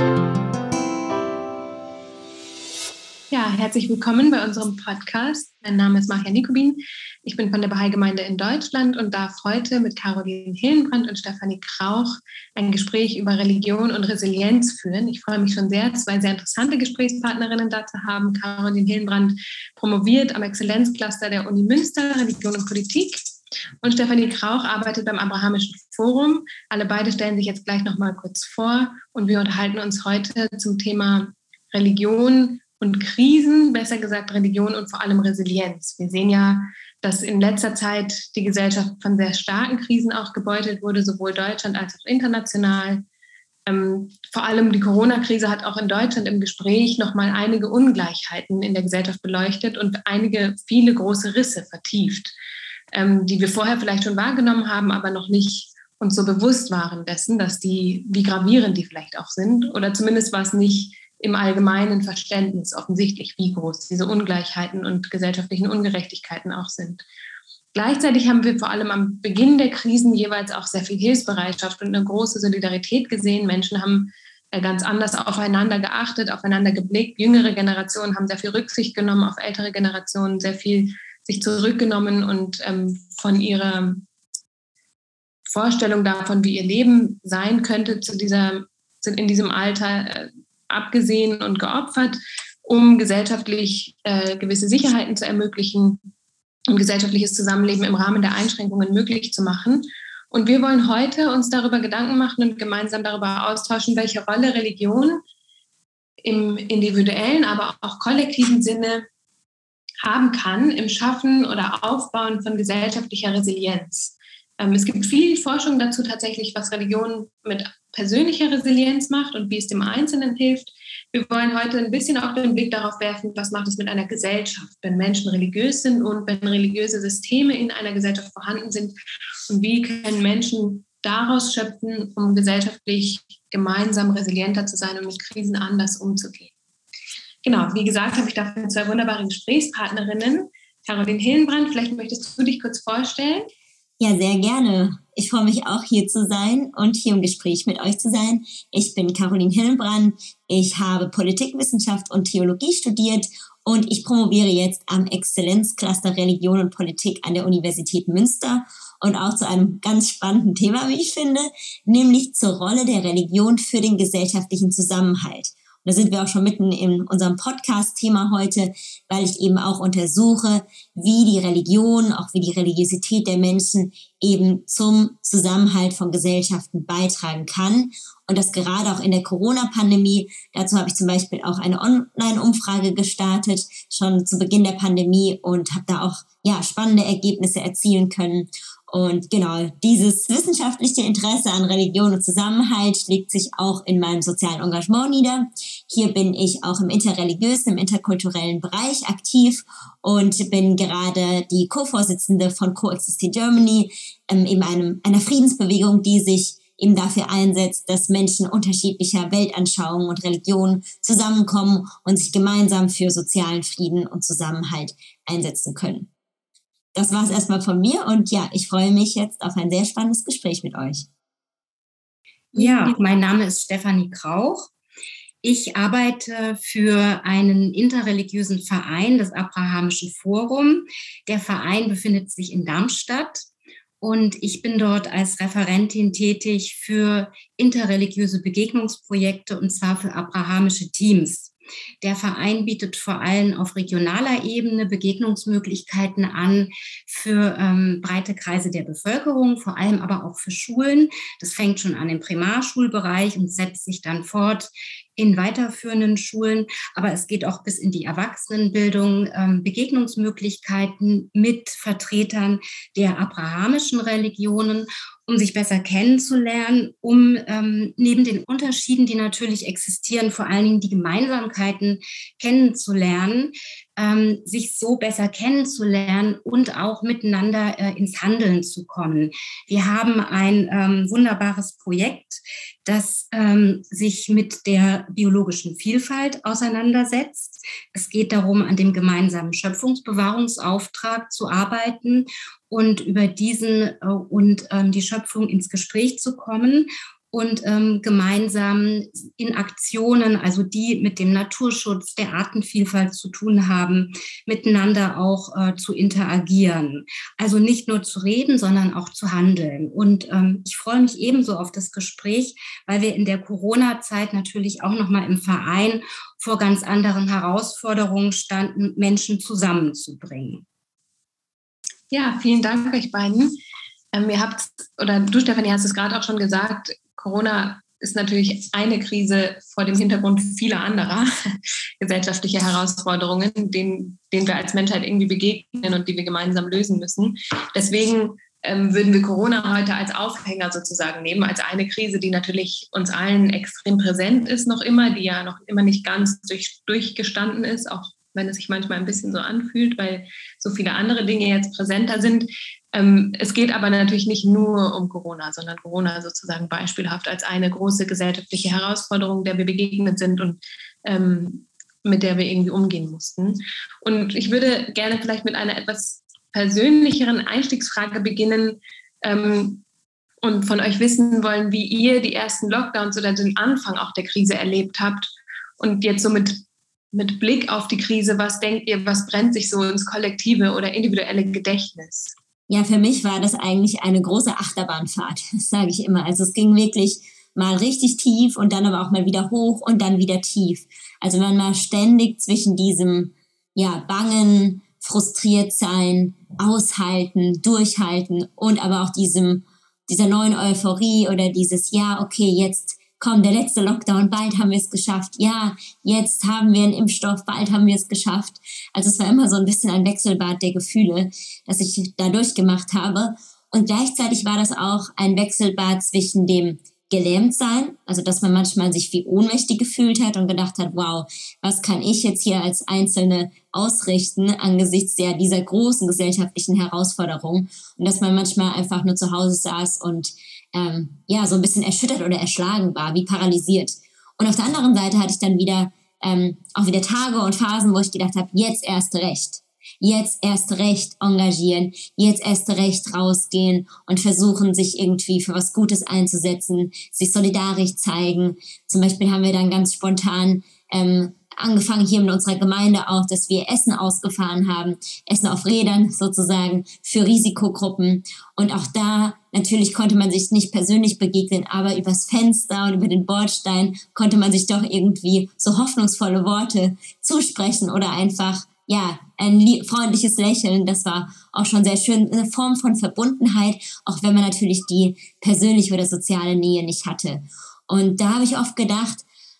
Ja, herzlich willkommen bei unserem Podcast. Mein Name ist Maja Nikobin. Ich bin von der Bahai-Gemeinde in Deutschland und darf heute mit Caroline Hillenbrand und Stefanie Krauch ein Gespräch über Religion und Resilienz führen. Ich freue mich schon sehr, zwei sehr interessante Gesprächspartnerinnen da zu haben. Caroline Hillenbrand promoviert am Exzellenzcluster der Uni Münster, Religion und Politik. Und Stefanie Krauch arbeitet beim Abrahamischen Forum. Alle beide stellen sich jetzt gleich noch mal kurz vor und wir unterhalten uns heute zum Thema Religion und Krisen, besser gesagt Religion und vor allem Resilienz. Wir sehen ja, dass in letzter Zeit die Gesellschaft von sehr starken Krisen auch gebeutelt wurde, sowohl Deutschland als auch international. Vor allem die Corona-Krise hat auch in Deutschland im Gespräch nochmal einige Ungleichheiten in der Gesellschaft beleuchtet und viele große Risse vertieft, die wir vorher vielleicht schon wahrgenommen haben, aber noch nicht uns so bewusst waren dessen, wie gravierend die vielleicht auch sind. Oder zumindest war es nicht im allgemeinen Verständnis offensichtlich, wie groß diese Ungleichheiten und gesellschaftlichen Ungerechtigkeiten auch sind. Gleichzeitig haben wir vor allem am Beginn der Krisen jeweils auch sehr viel Hilfsbereitschaft und eine große Solidarität gesehen. Menschen haben ganz anders aufeinander geachtet, aufeinander geblickt. Jüngere Generationen haben sehr viel Rücksicht genommen auf ältere Generationen, sehr viel sich zurückgenommen und von ihrer Vorstellung davon, wie ihr Leben sein könnte, in diesem Alter abgesehen und geopfert, um gesellschaftlich gewisse Sicherheiten zu ermöglichen und gesellschaftliches Zusammenleben im Rahmen der Einschränkungen möglich zu machen. Und wir wollen heute uns darüber Gedanken machen und gemeinsam darüber austauschen, welche Rolle Religion im individuellen, aber auch kollektiven Sinne haben kann im Schaffen oder Aufbauen von gesellschaftlicher Resilienz. Es gibt viel Forschung dazu tatsächlich, was Religion mit persönlicher Resilienz macht und wie es dem Einzelnen hilft. Wir wollen heute ein bisschen auch den Blick darauf werfen, was macht es mit einer Gesellschaft, wenn Menschen religiös sind und wenn religiöse Systeme in einer Gesellschaft vorhanden sind und wie können Menschen daraus schöpfen, um gesellschaftlich gemeinsam resilienter zu sein und mit Krisen anders umzugehen. Genau, wie gesagt, habe ich dafür zwei wunderbare Gesprächspartnerinnen. Caroline Hillenbrand, vielleicht möchtest du dich kurz vorstellen? Ja, sehr gerne. Ich freue mich auch, hier zu sein und hier im Gespräch mit euch zu sein. Ich bin Caroline Hillenbrand. Ich habe Politikwissenschaft und Theologie studiert und ich promoviere jetzt am Exzellenzcluster Religion und Politik an der Universität Münster und auch zu einem ganz spannenden Thema, wie ich finde, nämlich zur Rolle der Religion für den gesellschaftlichen Zusammenhalt. Da sind wir auch schon mitten in unserem Podcast-Thema heute, weil ich eben auch untersuche, wie die Religion, auch wie die Religiosität der Menschen eben zum Zusammenhalt von Gesellschaften beitragen kann. Und das gerade auch in der Corona-Pandemie. Dazu habe ich zum Beispiel auch eine Online-Umfrage gestartet, schon zu Beginn der Pandemie und habe da auch spannende Ergebnisse erzielen können. Und genau, dieses wissenschaftliche Interesse an Religion und Zusammenhalt schlägt sich auch in meinem sozialen Engagement nieder. Hier bin ich auch im interreligiösen, im interkulturellen Bereich aktiv und bin gerade die Co-Vorsitzende von Coexist Germany, eben einer Friedensbewegung, die sich eben dafür einsetzt, dass Menschen unterschiedlicher Weltanschauungen und Religionen zusammenkommen und sich gemeinsam für sozialen Frieden und Zusammenhalt einsetzen können. Das war es erstmal von mir und ich freue mich jetzt auf ein sehr spannendes Gespräch mit euch. Ja, mein Name ist Stefanie Krauch. Ich arbeite für einen interreligiösen Verein, das Abrahamischen Forum. Der Verein befindet sich in Darmstadt und ich bin dort als Referentin tätig für interreligiöse Begegnungsprojekte und zwar für abrahamische Teams. Der Verein bietet vor allem auf regionaler Ebene Begegnungsmöglichkeiten an für breite Kreise der Bevölkerung, vor allem aber auch für Schulen. Das fängt schon an im Primarschulbereich und setzt sich dann fort in weiterführenden Schulen. Aber es geht auch bis in die Erwachsenenbildung, Begegnungsmöglichkeiten mit Vertretern der abrahamischen Religionen, um sich besser kennenzulernen, um neben den Unterschieden, die natürlich existieren, vor allen Dingen die Gemeinsamkeiten kennenzulernen, sich so besser kennenzulernen und auch miteinander ins Handeln zu kommen. Wir haben ein wunderbares Projekt, das sich mit der biologischen Vielfalt auseinandersetzt. Es geht darum, an dem gemeinsamen Schöpfungsbewahrungsauftrag zu arbeiten und über diesen und die Schöpfung ins Gespräch zu kommen und gemeinsam in Aktionen, also die mit dem Naturschutz, der Artenvielfalt zu tun haben, miteinander auch zu interagieren. Also nicht nur zu reden, sondern auch zu handeln. Und ich freue mich ebenso auf das Gespräch, weil wir in der Corona-Zeit natürlich auch nochmal im Verein vor ganz anderen Herausforderungen standen, Menschen zusammenzubringen. Ja, vielen Dank euch beiden. Ihr habt, oder du, Stefanie, hast es gerade auch schon gesagt, Corona ist natürlich eine Krise vor dem Hintergrund vieler anderer gesellschaftlicher Herausforderungen, denen wir als Menschheit irgendwie begegnen und die wir gemeinsam lösen müssen. Deswegen würden wir Corona heute als Aufhänger sozusagen nehmen, als eine Krise, die natürlich uns allen extrem präsent ist noch immer, die ja noch immer nicht ganz durchgestanden ist, auch wenn es sich manchmal ein bisschen so anfühlt, weil so viele andere Dinge jetzt präsenter sind. Es geht aber natürlich nicht nur um Corona, sondern Corona sozusagen beispielhaft als eine große gesellschaftliche Herausforderung, der wir begegnet sind und mit der wir irgendwie umgehen mussten. Und ich würde gerne vielleicht mit einer etwas persönlicheren Einstiegsfrage beginnen und von euch wissen wollen, wie ihr die ersten Lockdowns oder den Anfang auch der Krise erlebt habt. Und jetzt so mit Blick auf die Krise, was denkt ihr, was brennt sich so ins kollektive oder individuelle Gedächtnis? Ja, für mich war das eigentlich eine große Achterbahnfahrt, das sage ich immer. Also es ging wirklich mal richtig tief und dann aber auch mal wieder hoch und dann wieder tief. Also man war ständig zwischen diesem Bangen, frustriert sein, aushalten, durchhalten und aber auch dieser neuen Euphorie oder dieses, okay, jetzt kommt der letzte Lockdown, bald haben wir es geschafft. Ja, jetzt haben wir einen Impfstoff, bald haben wir es geschafft. Also es war immer so ein bisschen ein Wechselbad der Gefühle, das ich da durchgemacht habe. Und gleichzeitig war das auch ein Wechselbad zwischen dem Gelähmtsein, also dass man manchmal sich wie ohnmächtig gefühlt hat und gedacht hat, wow, was kann ich jetzt hier als Einzelne ausrichten angesichts dieser großen gesellschaftlichen Herausforderungen, und dass man manchmal einfach nur zu Hause saß und so ein bisschen erschüttert oder erschlagen war, wie paralysiert. Und auf der anderen Seite hatte ich dann wieder auch wieder Tage und Phasen, wo ich gedacht habe, jetzt erst recht engagieren, jetzt erst recht rausgehen und versuchen, sich irgendwie für was Gutes einzusetzen, sich solidarisch zeigen. Zum Beispiel haben wir dann ganz spontan angefangen hier in unserer Gemeinde auch, dass wir Essen ausgefahren haben, Essen auf Rädern sozusagen für Risikogruppen. Und auch da natürlich konnte man sich nicht persönlich begegnen, aber übers Fenster und über den Bordstein konnte man sich doch irgendwie so hoffnungsvolle Worte zusprechen oder einfach ein freundliches Lächeln. Das war auch schon sehr schön, eine Form von Verbundenheit, auch wenn man natürlich die persönliche oder soziale Nähe nicht hatte. Und da habe ich oft gedacht,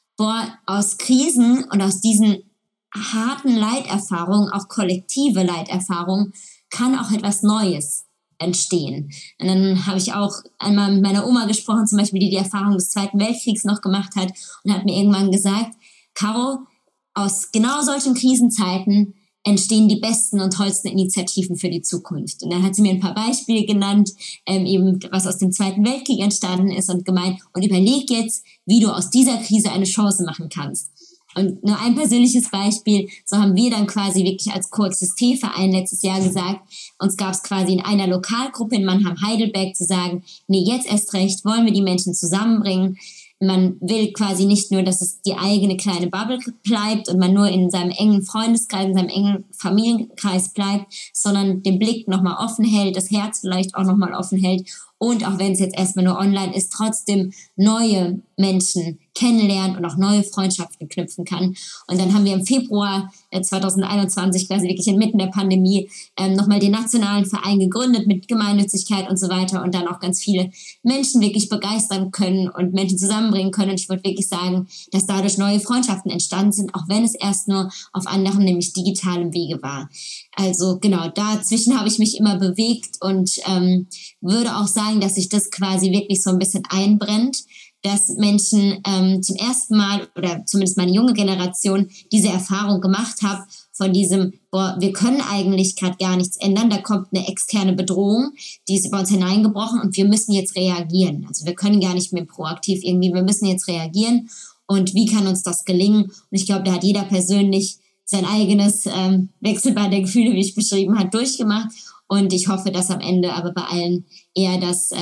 aus Krisen und aus diesen harten Leiterfahrungen, auch kollektive Leiterfahrungen, kann auch etwas Neues entstehen. Und dann habe ich auch einmal mit meiner Oma gesprochen, zum Beispiel, die Erfahrung des Zweiten Weltkriegs noch gemacht hat und hat mir irgendwann gesagt, Caro, aus genau solchen Krisenzeiten entstehen die besten und tollsten Initiativen für die Zukunft. Und dann hat sie mir ein paar Beispiele genannt, eben was aus dem Zweiten Weltkrieg entstanden ist und gemeint, und überleg jetzt, wie du aus dieser Krise eine Chance machen kannst. Und nur ein persönliches Beispiel, so haben wir dann quasi wirklich als Co-Existenzverein letztes Jahr gesagt, uns gab es quasi in einer Lokalgruppe in Mannheim-Heidelberg zu sagen, nee, jetzt erst recht wollen wir die Menschen zusammenbringen. Man will quasi nicht nur, dass es die eigene kleine Bubble bleibt und man nur in seinem engen Freundeskreis, in seinem engen Familienkreis bleibt, sondern den Blick nochmal offen hält, das Herz vielleicht auch nochmal offen hält und auch wenn es jetzt erstmal nur online ist, trotzdem neue Menschen kennenlernen und auch neue Freundschaften knüpfen kann. Und dann haben wir im Februar 2021, quasi wirklich inmitten der Pandemie, nochmal den nationalen Verein gegründet mit Gemeinnützigkeit und so weiter und dann auch ganz viele Menschen wirklich begeistern können und Menschen zusammenbringen können. Und ich würde wirklich sagen, dass dadurch neue Freundschaften entstanden sind, auch wenn es erst nur auf anderen, nämlich digitalem Wege war. Also genau, dazwischen habe ich mich immer bewegt und würde auch sagen, dass sich das quasi wirklich so ein bisschen einbrennt, dass Menschen zum ersten Mal oder zumindest meine junge Generation diese Erfahrung gemacht hat von diesem, wir können eigentlich gerade gar nichts ändern, da kommt eine externe Bedrohung, die ist über uns hineingebrochen und wir müssen jetzt reagieren. Also wir können gar nicht mehr proaktiv irgendwie, wir müssen jetzt reagieren und wie kann uns das gelingen? Und ich glaube, da hat jeder persönlich sein eigenes Wechselbad der Gefühle, wie ich beschrieben habe, durchgemacht. Und ich hoffe, dass am Ende aber bei allen eher das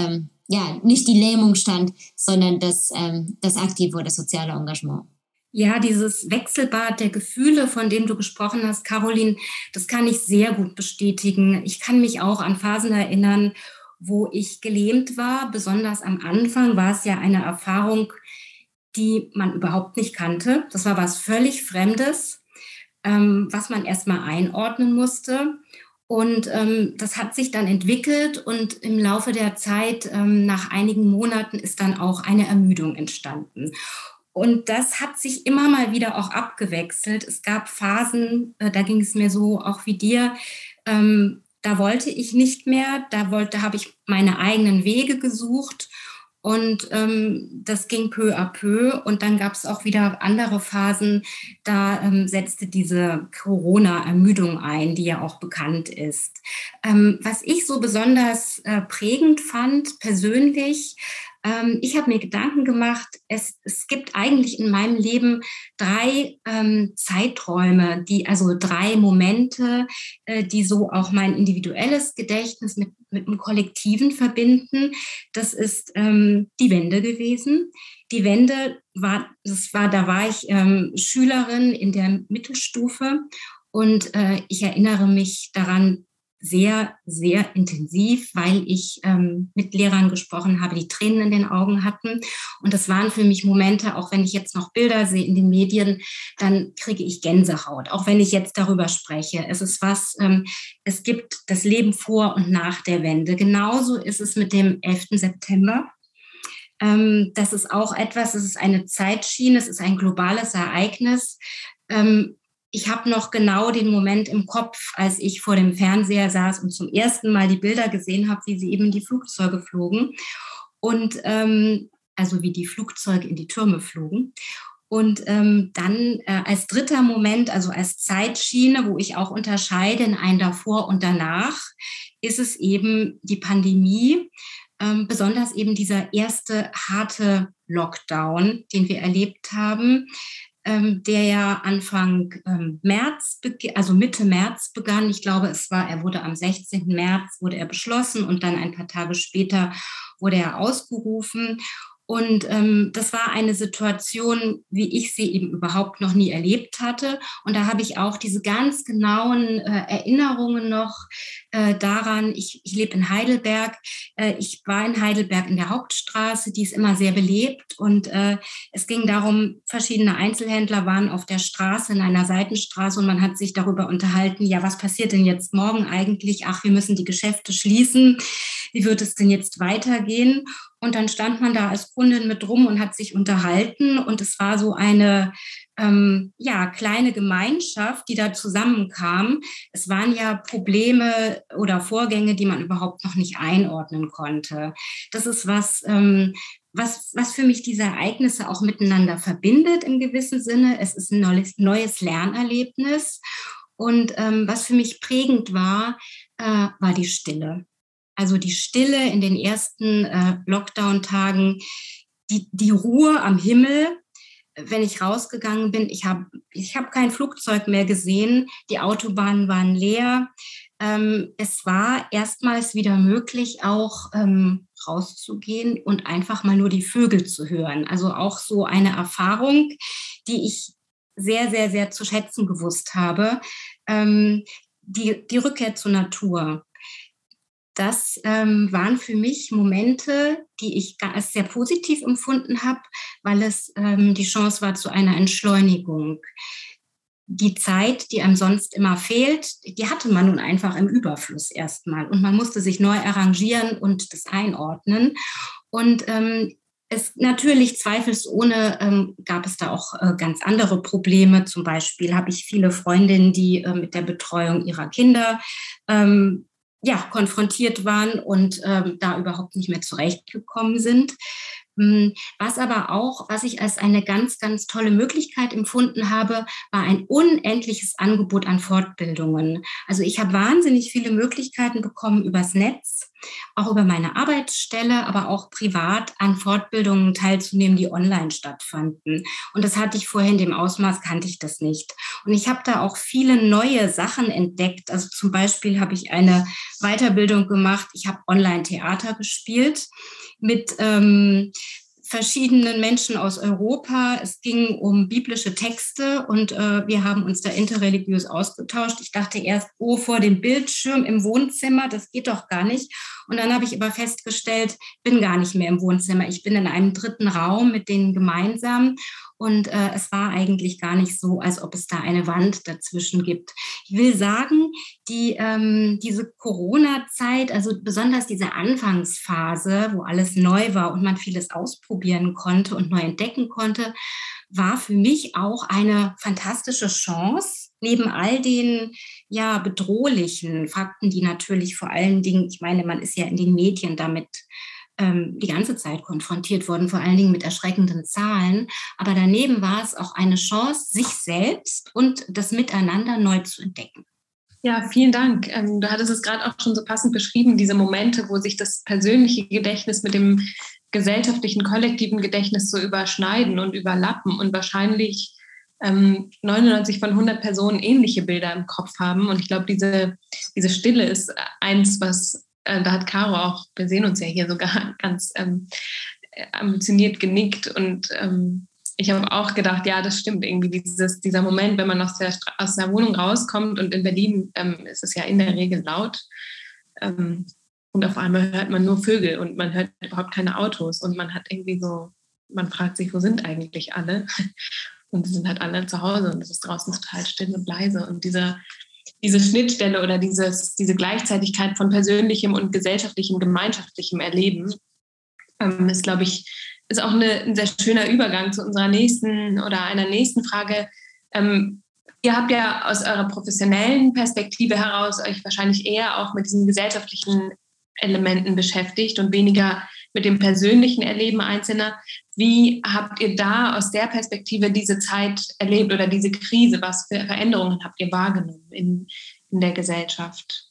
nicht die Lähmung stand, sondern das aktive oder soziale Engagement. Ja, dieses Wechselbad der Gefühle, von dem du gesprochen hast, Caroline, das kann ich sehr gut bestätigen. Ich kann mich auch an Phasen erinnern, wo ich gelähmt war. Besonders am Anfang war es ja eine Erfahrung, die man überhaupt nicht kannte. Das war was völlig Fremdes, was man erstmal einordnen musste. Und das hat sich dann entwickelt und im Laufe der Zeit, nach einigen Monaten, ist dann auch eine Ermüdung entstanden. Und das hat sich immer mal wieder auch abgewechselt. Es gab Phasen, da ging es mir so auch wie dir, da wollte ich nicht mehr, da habe ich meine eigenen Wege gesucht und das ging peu à peu. Und dann gab es auch wieder andere Phasen, da setzte diese Corona-Ermüdung ein, die ja auch bekannt ist. Was ich so besonders prägend fand, persönlich, ich habe mir Gedanken gemacht, es gibt eigentlich in meinem Leben 3 Zeiträume, also 3 Momente, die so auch mein individuelles Gedächtnis mit einem Kollektiven verbinden. Das ist die Wende gewesen. Die Wende da war ich Schülerin in der Mittelstufe und ich erinnere mich daran sehr, sehr intensiv, weil ich mit Lehrern gesprochen habe, die Tränen in den Augen hatten. Und das waren für mich Momente, auch wenn ich jetzt noch Bilder sehe in den Medien, dann kriege ich Gänsehaut, auch wenn ich jetzt darüber spreche. Es ist es gibt das Leben vor und nach der Wende. Genauso ist es mit dem 11. September. Das ist auch etwas, es ist eine Zeitschiene, es ist ein globales Ereignis. Ich habe noch genau den Moment im Kopf, als ich vor dem Fernseher saß und zum ersten Mal die Bilder gesehen habe, wie sie eben in die Flugzeuge flogen und also wie die Flugzeuge in die Türme flogen. Und dann als dritter Moment, also als Zeitschiene, wo ich auch unterscheide in ein davor und danach, ist es eben die Pandemie, besonders eben dieser erste harte Lockdown, den wir erlebt haben, der ja Anfang März, also Mitte März begann. Ich glaube, er wurde am 16. März wurde er beschlossen und dann ein paar Tage später wurde er ausgerufen. Und das war eine Situation, wie ich sie eben überhaupt noch nie erlebt hatte. Und da habe ich auch diese ganz genauen Erinnerungen noch daran. Ich lebe in Heidelberg. Ich war in Heidelberg in der Hauptstraße, die ist immer sehr belebt. Und es ging darum, verschiedene Einzelhändler waren auf der Straße, in einer Seitenstraße. Und man hat sich darüber unterhalten, ja, was passiert denn jetzt morgen eigentlich? Ach, wir müssen die Geschäfte schließen. Wie wird es denn jetzt weitergehen? Und dann stand man da als Kundin mit rum und hat sich unterhalten. Und es war so eine kleine Gemeinschaft, die da zusammenkam. Es waren ja Probleme oder Vorgänge, die man überhaupt noch nicht einordnen konnte. Das ist was für mich diese Ereignisse auch miteinander verbindet im gewissen Sinne. Es ist ein neues Lernerlebnis. Und was für mich prägend war die Stille. Also die Stille in den ersten Lockdown-Tagen, die Ruhe am Himmel, wenn ich rausgegangen bin. Ich hab kein Flugzeug mehr gesehen, die Autobahnen waren leer. Es war erstmals wieder möglich, auch rauszugehen und einfach mal nur die Vögel zu hören. Also auch so eine Erfahrung, die ich sehr, sehr, sehr zu schätzen gewusst habe. Die Rückkehr zur Natur. Das waren für mich Momente, die ich als sehr positiv empfunden habe, weil es die Chance war zu einer Entschleunigung. Die Zeit, die einem sonst immer fehlt, die hatte man nun einfach im Überfluss erstmal. Und man musste sich neu arrangieren und das einordnen. Und es natürlich zweifelsohne gab es da auch ganz andere Probleme. Zum Beispiel habe ich viele Freundinnen, die mit der Betreuung ihrer Kinder konfrontiert waren und da überhaupt nicht mehr zurechtgekommen sind. Was ich als eine ganz, ganz tolle Möglichkeit empfunden habe, war ein unendliches Angebot an Fortbildungen. Also ich habe wahnsinnig viele Möglichkeiten bekommen übers Netz, auch über meine Arbeitsstelle, aber auch privat an Fortbildungen teilzunehmen, die online stattfanden. Und das hatte ich vorher in dem Ausmaß, kannte ich das nicht. Und ich habe da auch viele neue Sachen entdeckt. Also zum Beispiel habe ich eine Weiterbildung gemacht. Ich habe Online-Theater gespielt. mit verschiedenen Menschen aus Europa. Es ging um biblische Texte und wir haben uns da interreligiös ausgetauscht. Ich dachte erst, vor dem Bildschirm im Wohnzimmer, das geht doch gar nicht. Und dann habe ich aber festgestellt, ich bin gar nicht mehr im Wohnzimmer. Ich bin in einem dritten Raum mit denen gemeinsam. Und es war eigentlich gar nicht so, als ob es da eine Wand dazwischen gibt. Ich will sagen, diese Corona-Zeit, also besonders diese Anfangsphase, wo alles neu war und man vieles ausprobieren konnte und neu entdecken konnte, war für mich auch eine fantastische Chance, neben all den bedrohlichen Fakten, die natürlich vor allen Dingen, ich meine, man ist ja in den Medien damit die ganze Zeit konfrontiert worden, vor allen Dingen mit erschreckenden Zahlen. Aber daneben war es auch eine Chance, sich selbst und das Miteinander neu zu entdecken. Ja, vielen Dank. Du hattest es gerade auch schon so passend beschrieben, diese Momente, wo sich das persönliche Gedächtnis mit dem gesellschaftlichen, kollektiven Gedächtnis so überschneiden und überlappen und wahrscheinlich 99 von 100 Personen ähnliche Bilder im Kopf haben. Und ich glaube, diese Stille ist eins, was da hat Caro auch, wir sehen uns ja hier sogar ganz ambitioniert genickt und ich habe auch gedacht, ja, das stimmt irgendwie, dieser Moment, wenn man aus der Wohnung rauskommt und in Berlin ist es ja in der Regel laut und auf einmal hört man nur Vögel und man hört überhaupt keine Autos und man hat irgendwie so, man fragt sich, wo sind eigentlich alle? Und sie sind halt alle zu Hause und es ist draußen total still und leise und diese Schnittstelle oder diese Gleichzeitigkeit von persönlichem und gesellschaftlichem, gemeinschaftlichem Erleben ist, glaube ich, ist auch ein sehr schöner Übergang zu unserer einer nächsten Frage. Ihr habt ja aus eurer professionellen Perspektive heraus euch wahrscheinlich eher auch mit diesen gesellschaftlichen Elementen beschäftigt und weniger mit dem persönlichen Erleben Einzelner. Wie habt ihr da aus der Perspektive diese Zeit erlebt oder diese Krise? Was für Veränderungen habt ihr wahrgenommen in der Gesellschaft?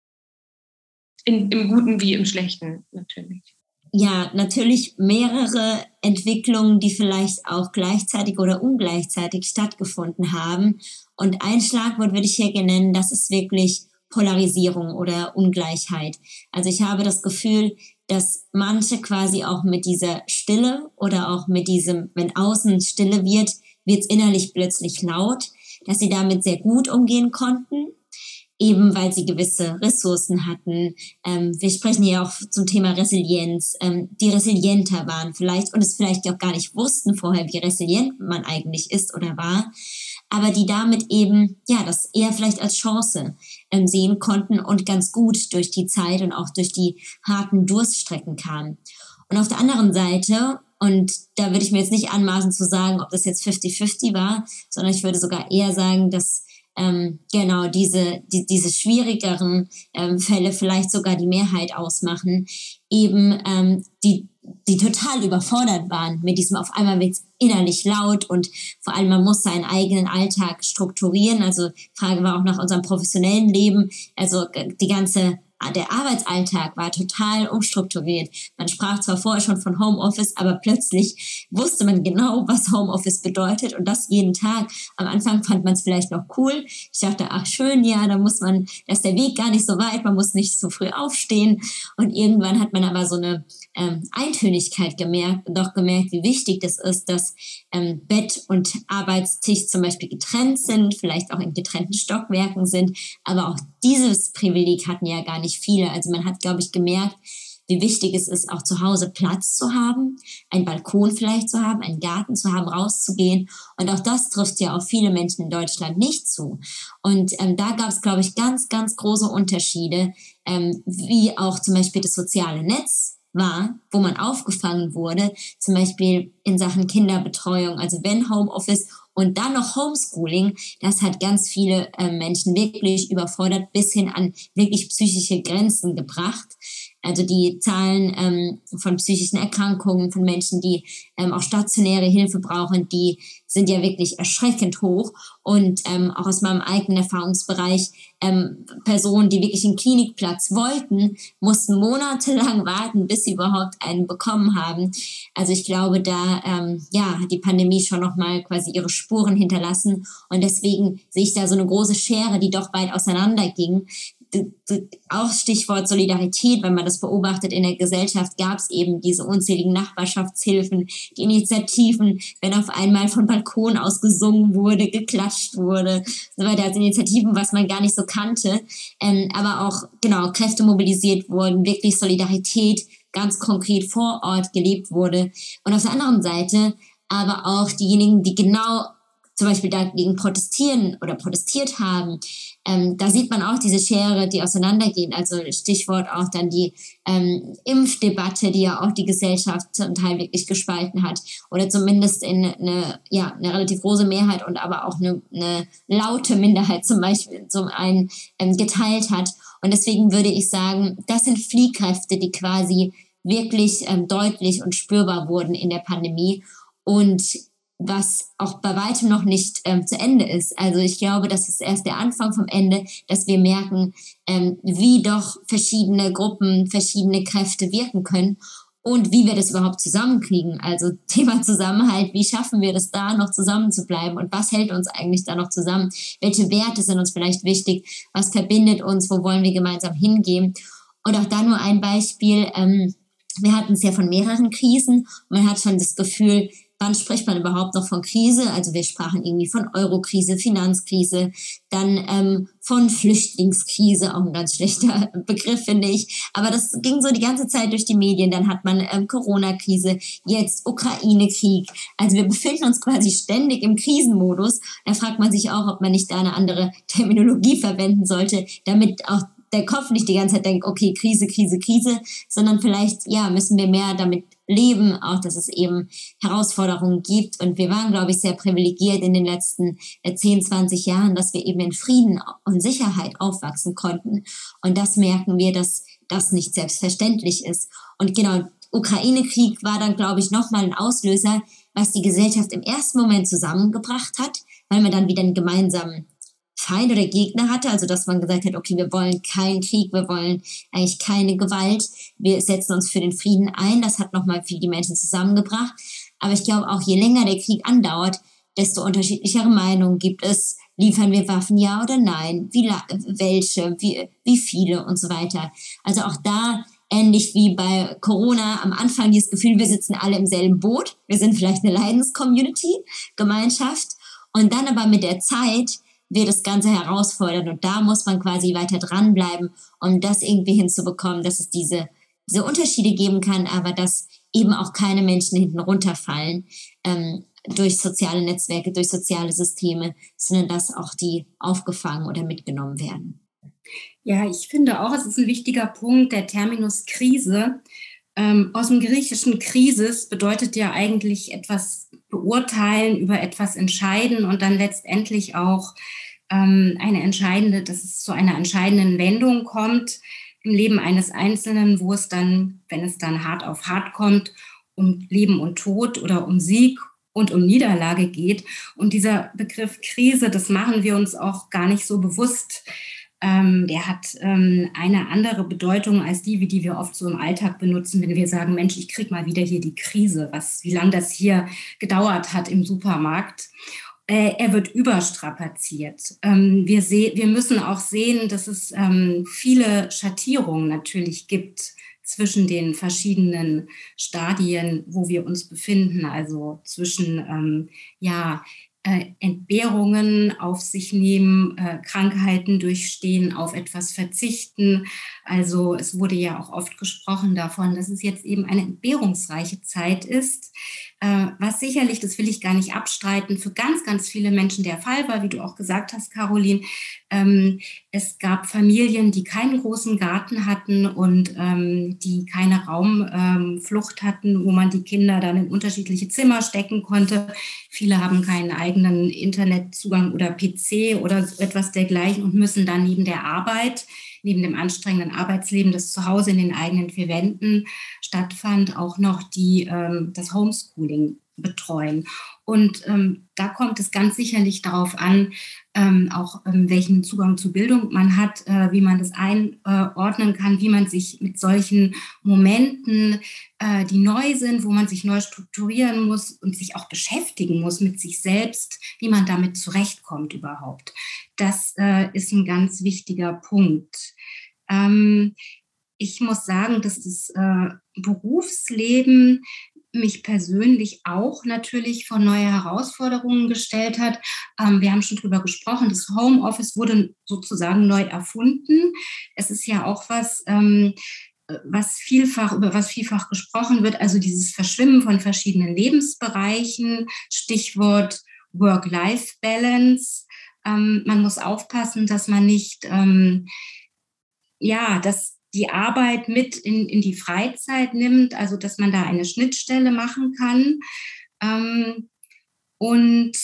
Im Guten wie im Schlechten natürlich. Ja, natürlich mehrere Entwicklungen, die vielleicht auch gleichzeitig oder ungleichzeitig stattgefunden haben. Und ein Schlagwort würde ich hier nennen, das ist wirklich Polarisierung oder Ungleichheit. Also ich habe das Gefühl, dass manche quasi auch mit dieser Stille oder auch mit diesem, wenn außen Stille wird es innerlich plötzlich laut, dass sie damit sehr gut umgehen konnten, eben weil sie gewisse Ressourcen hatten. Wir sprechen hier auch zum Thema Resilienz, die resilienter waren vielleicht und es vielleicht auch gar nicht wussten vorher, wie resilient man eigentlich ist oder war, aber die damit eben, das eher vielleicht als Chance sehen konnten und ganz gut durch die Zeit und auch durch die harten Durststrecken kamen. Und auf der anderen Seite, und da würde ich mir jetzt nicht anmaßen zu sagen, ob das jetzt 50-50 war, sondern ich würde sogar eher sagen, dass diese schwierigeren Fälle vielleicht sogar die Mehrheit ausmachen, eben die total überfordert waren mit diesem, auf einmal wird es innerlich laut und vor allem man muss seinen eigenen Alltag strukturieren. Also Frage war auch nach unserem professionellen Leben, also der Arbeitsalltag war total umstrukturiert. Man sprach zwar vorher schon von Homeoffice, aber plötzlich wusste man genau, was Homeoffice bedeutet und das jeden Tag. Am Anfang fand man es vielleicht noch cool. Ich dachte, ach schön, ja, da ist der Weg gar nicht so weit, man muss nicht so früh aufstehen. Und irgendwann hat man aber so eine Eintönigkeit gemerkt, wie wichtig das ist, dass Bett und Arbeitstisch zum Beispiel getrennt sind, vielleicht auch in getrennten Stockwerken sind, aber auch dieses Privileg hatten ja gar nicht viele. Also man hat, glaube ich, gemerkt, wie wichtig es ist, auch zu Hause Platz zu haben, einen Balkon vielleicht zu haben, einen Garten zu haben, rauszugehen. Und auch das trifft ja auf viele Menschen in Deutschland nicht zu. Und da gab es, glaube ich, ganz, ganz große Unterschiede, wie auch zum Beispiel das soziale Netz war, wo man aufgefangen wurde, zum Beispiel in Sachen Kinderbetreuung, also wenn Homeoffice und dann noch Homeschooling, das hat ganz viele Menschen wirklich überfordert, bis hin an wirklich psychische Grenzen gebracht. Also die Zahlen von psychischen Erkrankungen, von Menschen, die auch stationäre Hilfe brauchen, die sind ja wirklich erschreckend hoch. Und auch aus meinem eigenen Erfahrungsbereich, Personen, die wirklich einen Klinikplatz wollten, mussten monatelang warten, bis sie überhaupt einen bekommen haben. Also ich glaube, da hat die Pandemie schon nochmal quasi ihre Spuren hinterlassen. Und deswegen sehe ich da so eine große Schere, die doch weit auseinander ging. auch Stichwort Solidarität, wenn man das beobachtet in der Gesellschaft, gab es eben diese unzähligen Nachbarschaftshilfen, die Initiativen, wenn auf einmal von Balkon aus gesungen wurde, geklatscht wurde, so weiter, also Initiativen, was man gar nicht so kannte, aber auch, genau, Kräfte mobilisiert wurden, wirklich Solidarität ganz konkret vor Ort gelebt wurde. Und auf der anderen Seite aber auch diejenigen, die genau zum Beispiel dagegen protestieren oder protestiert haben, da sieht man auch diese Schere, die auseinandergehen. Also Stichwort auch dann die Impfdebatte, die ja auch die Gesellschaft zum Teil wirklich gespalten hat. Oder zumindest in eine relativ große Mehrheit und aber auch eine laute Minderheit zum Beispiel zum einen geteilt hat. Und deswegen würde ich sagen, das sind Fliehkräfte, die quasi wirklich deutlich und spürbar wurden in der Pandemie. Und was auch bei weitem noch nicht zu Ende ist. Also ich glaube, das ist erst der Anfang vom Ende, dass wir merken, wie doch verschiedene Gruppen, verschiedene Kräfte wirken können und wie wir das überhaupt zusammenkriegen. Also Thema Zusammenhalt, wie schaffen wir das da noch zusammen zu bleiben und was hält uns eigentlich da noch zusammen? Welche Werte sind uns vielleicht wichtig? Was verbindet uns? Wo wollen wir gemeinsam hingehen? Und auch da nur ein Beispiel. Wir hatten es ja von mehreren Krisen und man hat schon das Gefühl, wann spricht man überhaupt noch von Krise? Also wir sprachen irgendwie von Eurokrise, Finanzkrise, dann von Flüchtlingskrise, auch ein ganz schlechter Begriff, finde ich. Aber das ging so die ganze Zeit durch die Medien. Dann hat man Corona-Krise, jetzt Ukraine-Krieg. Also wir befinden uns quasi ständig im Krisenmodus. Da fragt man sich auch, ob man nicht da eine andere Terminologie verwenden sollte, damit auch der Kopf nicht die ganze Zeit denkt, okay, Krise, Krise, Krise, sondern vielleicht, ja, müssen wir mehr damit leben, auch dass es eben Herausforderungen gibt. Und wir waren, glaube ich, sehr privilegiert in den letzten 10, 20 Jahren, dass wir eben in Frieden und Sicherheit aufwachsen konnten. Und das merken wir, dass das nicht selbstverständlich ist. Und genau, Ukraine-Krieg war dann, glaube ich, nochmal ein Auslöser, was die Gesellschaft im ersten Moment zusammengebracht hat, weil man dann wieder einen gemeinsamen Feind oder Gegner hatte, also dass man gesagt hat, okay, wir wollen keinen Krieg, wir wollen eigentlich keine Gewalt, wir setzen uns für den Frieden ein, das hat nochmal die Menschen zusammengebracht, aber ich glaube auch, je länger der Krieg andauert, desto unterschiedlichere Meinungen gibt es, liefern wir Waffen, ja oder nein, welche, wie viele und so weiter. Also auch da, ähnlich wie bei Corona, am Anfang dieses Gefühl, wir sitzen alle im selben Boot, wir sind vielleicht eine Leidenscommunity, Gemeinschaft, und dann aber mit der Zeit wird das Ganze herausfordern und da muss man quasi weiter dranbleiben, um das irgendwie hinzubekommen, dass es diese Unterschiede geben kann, aber dass eben auch keine Menschen hinten runterfallen durch soziale Netzwerke, durch soziale Systeme, sondern dass auch die aufgefangen oder mitgenommen werden. Ja, ich finde auch, es ist ein wichtiger Punkt, der Terminus Krise. Aus dem griechischen Krisis bedeutet ja eigentlich etwas beurteilen, über etwas entscheiden und dann letztendlich auch dass es zu einer entscheidenden Wendung kommt im Leben eines Einzelnen, wo es dann, wenn es dann hart auf hart kommt, um Leben und Tod oder um Sieg und um Niederlage geht. Und dieser Begriff Krise, das machen wir uns auch gar nicht so bewusst. Der hat eine andere Bedeutung als die wir oft so im Alltag benutzen, wenn wir sagen, Mensch, ich kriege mal wieder hier die Krise, wie lange das hier gedauert hat im Supermarkt. Er wird überstrapaziert. Wir müssen auch sehen, dass es viele Schattierungen natürlich gibt zwischen den verschiedenen Stadien, wo wir uns befinden, also zwischen Entbehrungen auf sich nehmen, Krankheiten durchstehen, auf etwas verzichten. Also es wurde ja auch oft gesprochen davon, dass es jetzt eben eine entbehrungsreiche Zeit ist, was sicherlich, das will ich gar nicht abstreiten, für ganz, ganz viele Menschen der Fall war, wie du auch gesagt hast, Caroline. Es gab Familien, die keinen großen Garten hatten und die keine Raumflucht hatten, wo man die Kinder dann in unterschiedliche Zimmer stecken konnte. Viele haben keinen eigenen Internetzugang oder PC oder etwas dergleichen und müssen dann neben der Arbeit, neben dem anstrengenden Arbeitsleben, das zu Hause in den eigenen vier Wänden stattfand, auch noch das Homeschooling betreuen. Und da kommt es ganz sicherlich darauf an, auch welchen Zugang zu Bildung man hat, wie man das einordnen kann, wie man sich mit solchen Momenten, die neu sind, wo man sich neu strukturieren muss und sich auch beschäftigen muss mit sich selbst, wie man damit zurechtkommt überhaupt. Das ist ein ganz wichtiger Punkt. Ich muss sagen, dass das Berufsleben mich persönlich auch natürlich vor neue Herausforderungen gestellt hat. Wir haben schon drüber gesprochen, das Homeoffice wurde sozusagen neu erfunden. Es ist ja auch über was vielfach gesprochen wird, also dieses Verschwimmen von verschiedenen Lebensbereichen, Stichwort Work-Life-Balance. Man muss aufpassen, dass man nicht, dass die Arbeit mit in die Freizeit nimmt, also dass man da eine Schnittstelle machen kann. Und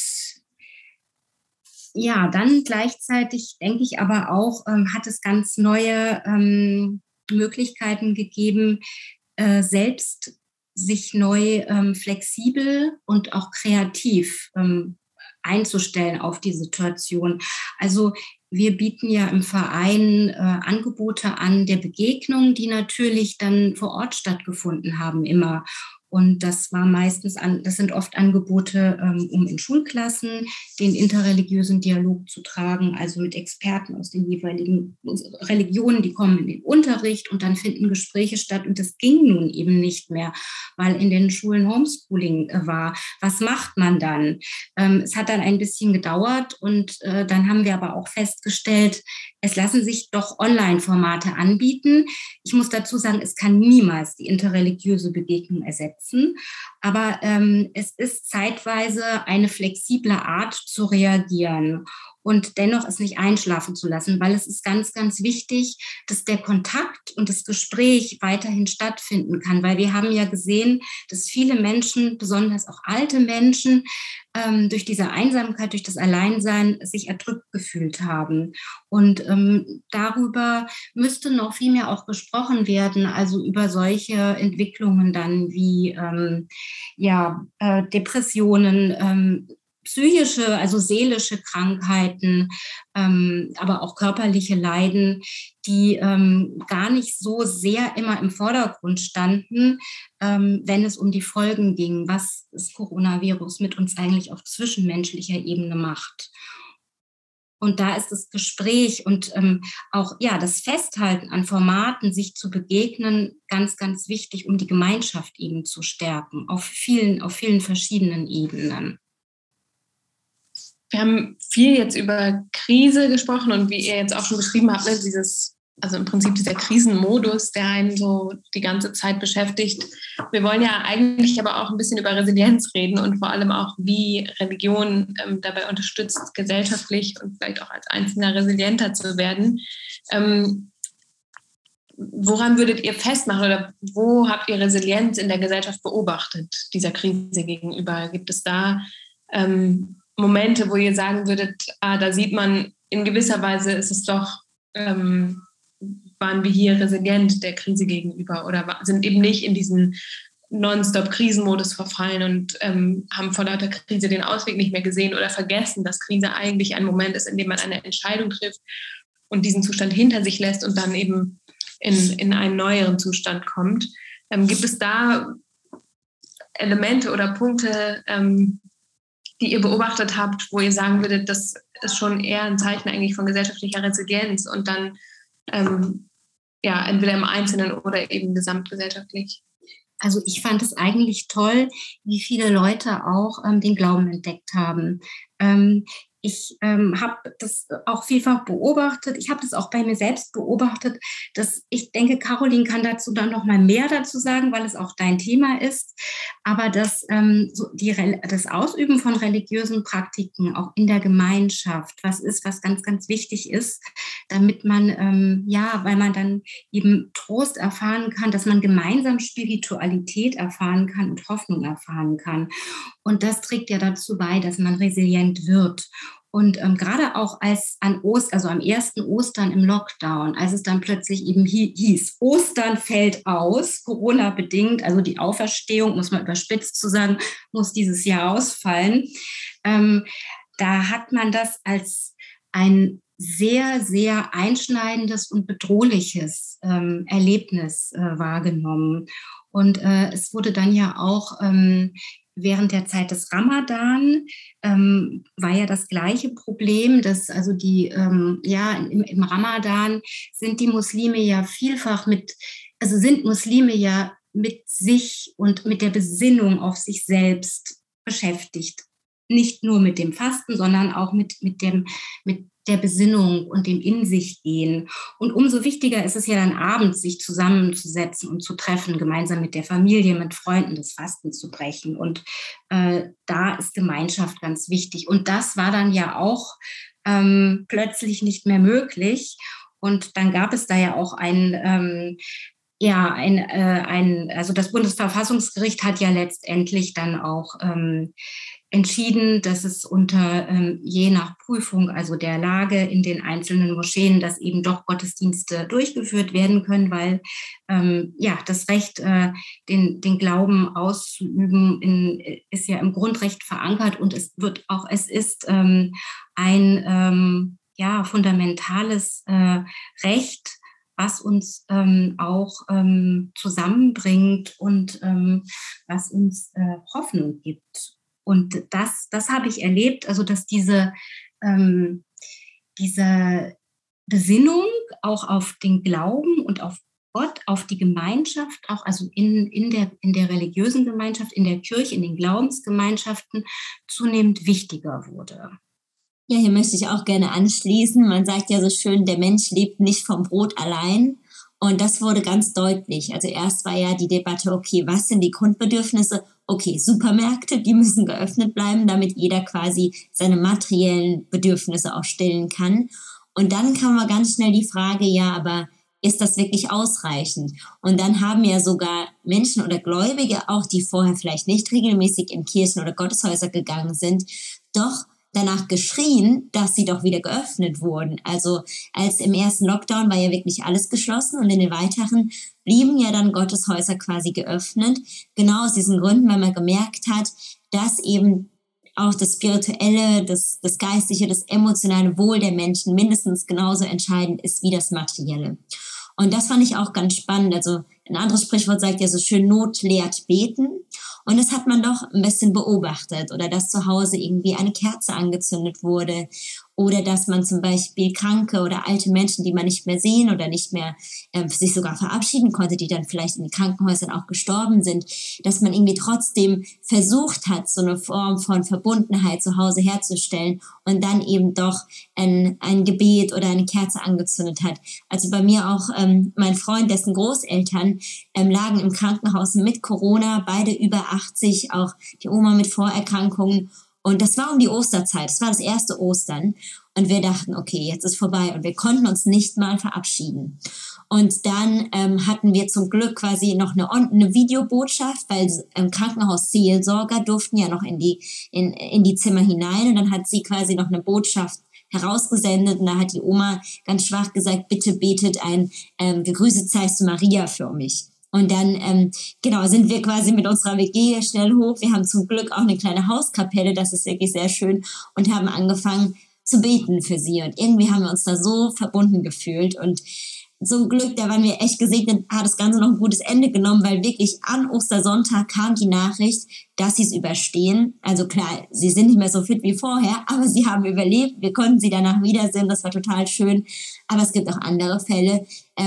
ja, dann gleichzeitig denke ich aber auch, hat es ganz neue Möglichkeiten gegeben, selbst sich neu flexibel und auch kreativ einzustellen auf die Situation. Also wir bieten ja im Verein Angebote an der Begegnung, die natürlich dann vor Ort stattgefunden haben immer. Und das sind oft Angebote, um in Schulklassen den interreligiösen Dialog zu tragen, also mit Experten aus den jeweiligen Religionen, die kommen in den Unterricht und dann finden Gespräche statt. Und das ging nun eben nicht mehr, weil in den Schulen Homeschooling war. Was macht man dann? Es hat dann ein bisschen gedauert und dann haben wir aber auch festgestellt, es lassen sich doch Online-Formate anbieten. Ich muss dazu sagen, es kann niemals die interreligiöse Begegnung ersetzen, aber es ist zeitweise eine flexible Art zu reagieren und dennoch es nicht einschlafen zu lassen, weil es ist ganz, ganz wichtig, dass der Kontakt und das Gespräch weiterhin stattfinden kann, weil wir haben ja gesehen, dass viele Menschen, besonders auch alte Menschen, durch diese Einsamkeit, durch das Alleinsein sich erdrückt gefühlt haben. Und darüber müsste noch viel mehr auch gesprochen werden, also über solche Entwicklungen dann wie Depressionen, psychische, also seelische Krankheiten, aber auch körperliche Leiden, die gar nicht so sehr immer im Vordergrund standen, wenn es um die Folgen ging, was das Coronavirus mit uns eigentlich auf zwischenmenschlicher Ebene macht. Und da ist das Gespräch und auch das Festhalten an Formaten, sich zu begegnen, ganz, ganz wichtig, um die Gemeinschaft eben zu stärken, auf vielen verschiedenen Ebenen. Wir haben viel jetzt über Krise gesprochen und wie ihr jetzt auch schon beschrieben habt, also im Prinzip dieser Krisenmodus, der einen so die ganze Zeit beschäftigt. Wir wollen ja eigentlich aber auch ein bisschen über Resilienz reden und vor allem auch, wie Religion dabei unterstützt, gesellschaftlich und vielleicht auch als Einzelner resilienter zu werden. Woran würdet ihr festmachen oder wo habt ihr Resilienz in der Gesellschaft beobachtet, dieser Krise gegenüber? Gibt es da Momente, wo ihr sagen würdet, da sieht man, in gewisser Weise ist es doch, waren wir hier resilient der Krise gegenüber oder sind eben nicht in diesen Nonstop-Krisenmodus verfallen und haben vor lauter Krise den Ausweg nicht mehr gesehen oder vergessen, dass Krise eigentlich ein Moment ist, in dem man eine Entscheidung trifft und diesen Zustand hinter sich lässt und dann eben in einen neueren Zustand kommt. Gibt es da Elemente oder Punkte, die ihr beobachtet habt, wo ihr sagen würdet, das ist schon eher ein Zeichen eigentlich von gesellschaftlicher Resilienz und dann entweder im Einzelnen oder eben gesamtgesellschaftlich? Also ich fand es eigentlich toll, wie viele Leute auch den Glauben entdeckt haben. Ich habe das auch vielfach beobachtet. Ich habe das auch bei mir selbst beobachtet. Dass ich denke, Caroline kann dazu dann noch mal mehr dazu sagen, weil es auch dein Thema ist. Aber dass das Ausüben von religiösen Praktiken auch in der Gemeinschaft, was ganz, ganz wichtig ist, damit man, weil man dann eben Trost erfahren kann, dass man gemeinsam Spiritualität erfahren kann und Hoffnung erfahren kann. Und das trägt ja dazu bei, dass man resilient wird. Und gerade auch also am ersten Ostern im Lockdown, als es dann plötzlich eben hieß, Ostern fällt aus, Corona-bedingt, also die Auferstehung, muss man überspitzt zu sagen, muss dieses Jahr ausfallen. Da hat man das als ein sehr, sehr einschneidendes und bedrohliches Erlebnis wahrgenommen. Und es wurde dann ja auch während der Zeit des Ramadan war ja das gleiche Problem, dass also im Ramadan sind die Muslime ja vielfach sind Muslime ja mit sich und mit der Besinnung auf sich selbst beschäftigt. Nicht nur mit dem Fasten, sondern auch mit der Besinnung und dem In sich gehen. Und umso wichtiger ist es ja dann abends, sich zusammenzusetzen und zu treffen, gemeinsam mit der Familie, mit Freunden das Fasten zu brechen. Und da ist Gemeinschaft ganz wichtig. Und das war dann ja auch plötzlich nicht mehr möglich. Und dann gab es da ja auch also das Bundesverfassungsgericht hat ja letztendlich dann auch entschieden, dass es je nach Prüfung, also der Lage in den einzelnen Moscheen, dass eben doch Gottesdienste durchgeführt werden können, weil das Recht, den Glauben auszuüben, ist ja im Grundrecht verankert und es ist ein fundamentales Recht, was uns auch zusammenbringt und was uns Hoffnung gibt. Und das habe ich erlebt, also dass diese Besinnung auch auf den Glauben und auf Gott, auf die Gemeinschaft, auch also in der religiösen Gemeinschaft, in der Kirche, in den Glaubensgemeinschaften zunehmend wichtiger wurde. Ja, hier möchte ich auch gerne anschließen. Man sagt ja so schön, der Mensch lebt nicht vom Brot allein. Und das wurde ganz deutlich. Also erst war ja die Debatte, okay, was sind die Grundbedürfnisse? Okay, Supermärkte, die müssen geöffnet bleiben, damit jeder quasi seine materiellen Bedürfnisse auch stillen kann. Und dann kam aber ganz schnell die Frage, ja, aber ist das wirklich ausreichend? Und dann haben ja sogar Menschen oder Gläubige, auch die vorher vielleicht nicht regelmäßig in Kirchen oder Gotteshäuser gegangen sind, doch danach geschrien, dass sie doch wieder geöffnet wurden. Also als im ersten Lockdown war ja wirklich alles geschlossen und in den weiteren blieben ja dann Gotteshäuser quasi geöffnet. Genau aus diesen Gründen, weil man gemerkt hat, dass eben auch das Spirituelle, das Geistliche, das emotionale Wohl der Menschen mindestens genauso entscheidend ist wie das Materielle. Und das fand ich auch ganz spannend. Also ein anderes Sprichwort sagt ja so schön, Not lehrt beten. Und das hat man doch ein bisschen beobachtet. Oder dass zu Hause irgendwie eine Kerze angezündet wurde. Oder dass man zum Beispiel kranke oder alte Menschen, die man nicht mehr sehen oder nicht mehr sich sogar verabschieden konnte, die dann vielleicht in den Krankenhäusern auch gestorben sind, dass man irgendwie trotzdem versucht hat, so eine Form von Verbundenheit zu Hause herzustellen und dann eben doch ein Gebet oder eine Kerze angezündet hat. Also bei mir auch mein Freund, dessen Großeltern lagen im Krankenhaus mit Corona, beide über 80, auch die Oma mit Vorerkrankungen. Und das war um die Osterzeit, das war das erste Ostern. Und wir dachten, okay, jetzt ist vorbei. Und wir konnten uns nicht mal verabschieden. Und dann hatten wir zum Glück quasi noch eine Videobotschaft, weil im Krankenhaus Seelsorger durften ja noch in die Zimmer hinein. Und dann hat sie quasi noch eine Botschaft herausgesendet. Und da hat die Oma ganz schwach gesagt, bitte betet ein gegrüßet seist du Maria für mich. Und dann, sind wir quasi mit unserer WG schnell hoch. Wir haben zum Glück auch eine kleine Hauskapelle, das ist wirklich sehr schön, und haben angefangen zu beten für sie. Und irgendwie haben wir uns da so verbunden gefühlt. Und zum Glück, da waren wir echt gesegnet, hat das Ganze noch ein gutes Ende genommen, weil wirklich an Ostersonntag kam die Nachricht, dass sie es überstehen. Also klar, sie sind nicht mehr so fit wie vorher, aber sie haben überlebt. Wir konnten sie danach wiedersehen, das war total schön. Aber es gibt auch andere Fälle,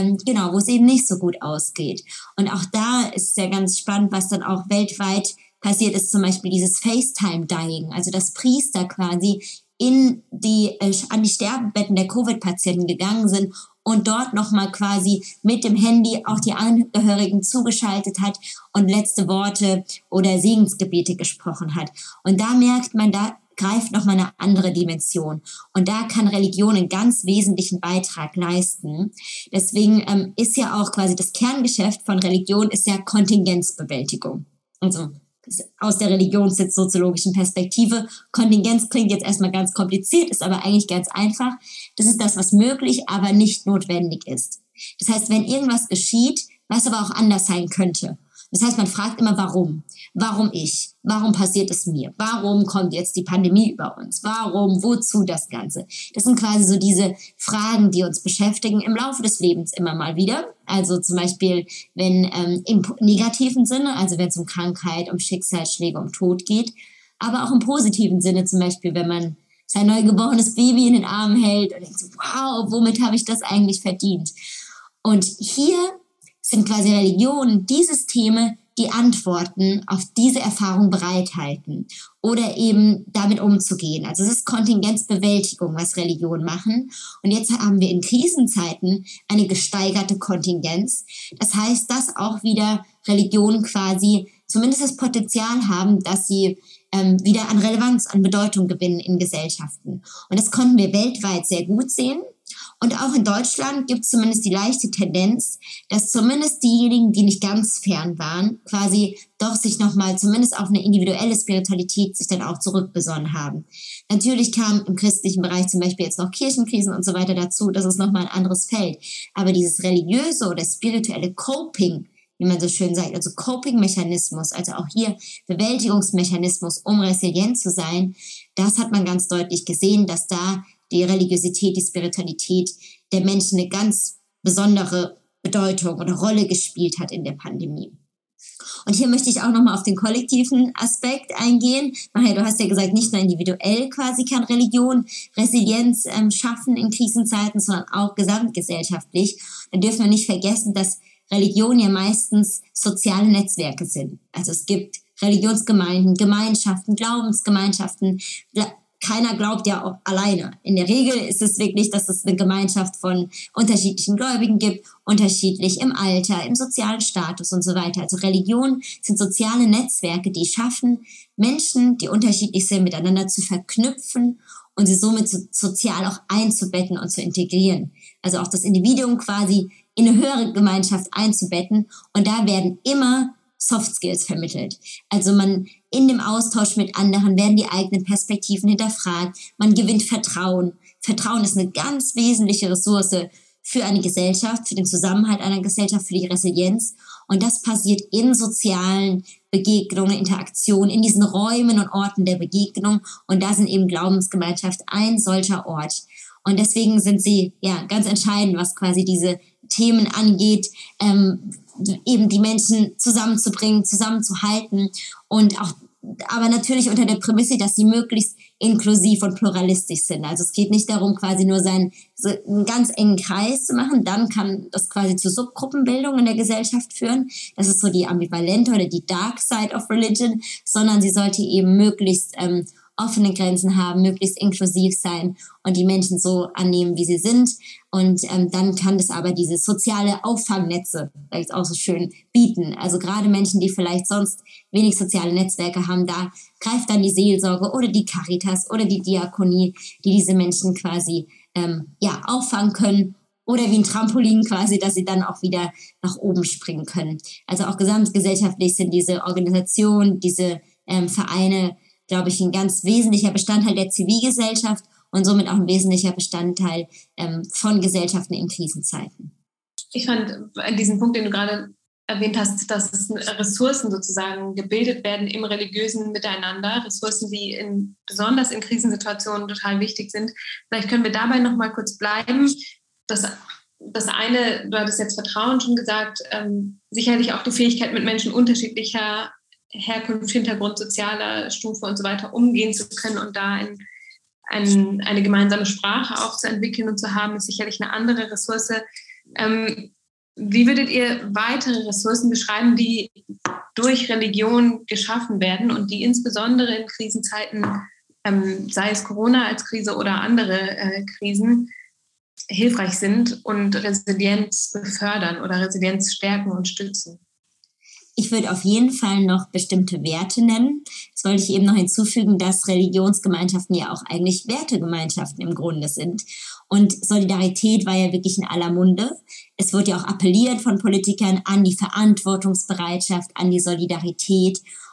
wo es eben nicht so gut ausgeht. Und auch da ist es ja ganz spannend, was dann auch weltweit passiert ist, zum Beispiel dieses FaceTime-Dying, also dass Priester quasi an die Sterbebetten der Covid-Patienten gegangen sind und dort nochmal quasi mit dem Handy auch die Angehörigen zugeschaltet hat und letzte Worte oder Segensgebete gesprochen hat. Und da merkt man, da greift nochmal eine andere Dimension. Und da kann Religion einen ganz wesentlichen Beitrag leisten. Deswegen ist ja auch quasi das Kerngeschäft von Religion ist ja Kontingenzbewältigung. Also aus der religionssoziologischen Perspektive. Kontingenz klingt jetzt erstmal ganz kompliziert, ist aber eigentlich ganz einfach. Das ist das, was möglich, aber nicht notwendig ist. Das heißt, wenn irgendwas geschieht, was aber auch anders sein könnte. Das heißt, man fragt immer, warum? Warum ich? Warum passiert es mir? Warum kommt jetzt die Pandemie über uns? Warum? Wozu das Ganze? Das sind quasi so diese Fragen, die uns beschäftigen im Laufe des Lebens immer mal wieder. Also zum Beispiel, wenn im negativen Sinne, also wenn es um Krankheit, um Schicksalsschläge, um Tod geht, aber auch im positiven Sinne, zum Beispiel, wenn man sein neugeborenes Baby in den Armen hält und denkt so, wow, womit habe ich das eigentlich verdient? Und hier sind quasi Religionen die Systeme, die Antworten auf diese Erfahrung bereithalten oder eben damit umzugehen. Also es ist Kontingenzbewältigung, was Religionen machen. Und jetzt haben wir in Krisenzeiten eine gesteigerte Kontingenz. Das heißt, dass auch wieder Religionen quasi zumindest das Potenzial haben, dass sie wieder an Relevanz, an Bedeutung gewinnen in Gesellschaften. Und das konnten wir weltweit sehr gut sehen. Und auch in Deutschland gibt es zumindest die leichte Tendenz, dass zumindest diejenigen, die nicht ganz fern waren, quasi doch sich nochmal zumindest auf eine individuelle Spiritualität sich dann auch zurückbesonnen haben. Natürlich kam im christlichen Bereich zum Beispiel jetzt noch Kirchenkrisen und so weiter dazu, das ist nochmal ein anderes Feld. Aber dieses religiöse oder spirituelle Coping, wie man so schön sagt, also Coping-Mechanismus, also auch hier Bewältigungsmechanismus, um resilient zu sein, das hat man ganz deutlich gesehen, dass da die Religiosität, die Spiritualität der Menschen eine ganz besondere Bedeutung oder Rolle gespielt hat in der Pandemie. Und hier möchte ich auch nochmal auf den kollektiven Aspekt eingehen. Maja, du hast ja gesagt, nicht nur individuell quasi kann Religion Resilienz schaffen in Krisenzeiten, sondern auch gesamtgesellschaftlich. Da dürfen wir nicht vergessen, dass Religionen ja meistens soziale Netzwerke sind. Also es gibt Religionsgemeinden, Gemeinschaften, Glaubensgemeinschaften. Keiner glaubt ja auch alleine. In der Regel ist es wirklich, dass es eine Gemeinschaft von unterschiedlichen Gläubigen gibt, unterschiedlich im Alter, im sozialen Status und so weiter. Also Religionen sind soziale Netzwerke, die schaffen, Menschen, die unterschiedlich sind, miteinander zu verknüpfen und sie somit sozial auch einzubetten und zu integrieren. Also auch das Individuum quasi in eine höhere Gemeinschaft einzubetten. Und da werden immer Soft Skills vermittelt. Also man in dem Austausch mit anderen werden die eigenen Perspektiven hinterfragt. Man gewinnt Vertrauen. Vertrauen ist eine ganz wesentliche Ressource für eine Gesellschaft, für den Zusammenhalt einer Gesellschaft, für die Resilienz. Und das passiert in sozialen Begegnungen, Interaktionen, in diesen Räumen und Orten der Begegnung. Und da sind eben Glaubensgemeinschaft ein solcher Ort. Und deswegen sind sie ja ganz entscheidend, was quasi diese Themen angeht, eben die Menschen zusammenzubringen, zusammenzuhalten und auch, aber natürlich unter der Prämisse, dass sie möglichst inklusiv und pluralistisch sind. Also es geht nicht darum, quasi nur einen ganz engen Kreis zu machen, dann kann das quasi zu Subgruppenbildung in der Gesellschaft führen. Das ist so die ambivalente oder die Dark Side of Religion, sondern sie sollte eben möglichst offene Grenzen haben, möglichst inklusiv sein und die Menschen so annehmen, wie sie sind. Und dann kann das aber diese soziale Auffangnetze, sag ich auch so schön, bieten. Also gerade Menschen, die vielleicht sonst wenig soziale Netzwerke haben, da greift dann die Seelsorge oder die Caritas oder die Diakonie, die diese Menschen quasi auffangen können. Oder wie ein Trampolin quasi, dass sie dann auch wieder nach oben springen können. Also auch gesamtgesellschaftlich sind diese Organisationen, diese Vereine, glaube ich, ein ganz wesentlicher Bestandteil der Zivilgesellschaft und somit auch ein wesentlicher Bestandteil von Gesellschaften in Krisenzeiten. Ich fand diesen Punkt, den du gerade erwähnt hast, dass es Ressourcen sozusagen gebildet werden im religiösen Miteinander, Ressourcen, die besonders in Krisensituationen total wichtig sind. Vielleicht können wir dabei noch mal kurz bleiben. Das eine, du hattest jetzt Vertrauen schon gesagt, sicherlich auch die Fähigkeit, mit Menschen unterschiedlicher Herkunft, Hintergrund, sozialer Stufe und so weiter umgehen zu können und da eine gemeinsame Sprache auch zu entwickeln und zu haben, ist sicherlich eine andere Ressource. Wie würdet ihr weitere Ressourcen beschreiben, die durch Religion geschaffen werden und die insbesondere in Krisenzeiten, sei es Corona als Krise oder andere Krisen, hilfreich sind und Resilienz befördern oder Resilienz stärken und stützen? Ich würde auf jeden Fall noch bestimmte Werte nennen. Das wollte ich eben noch hinzufügen, dass Religionsgemeinschaften ja auch eigentlich Wertegemeinschaften im Grunde sind. Und Solidarität war ja wirklich in aller Munde. Es wurde ja auch appelliert von Politikern an die Verantwortungsbereitschaft, an die Solidarität.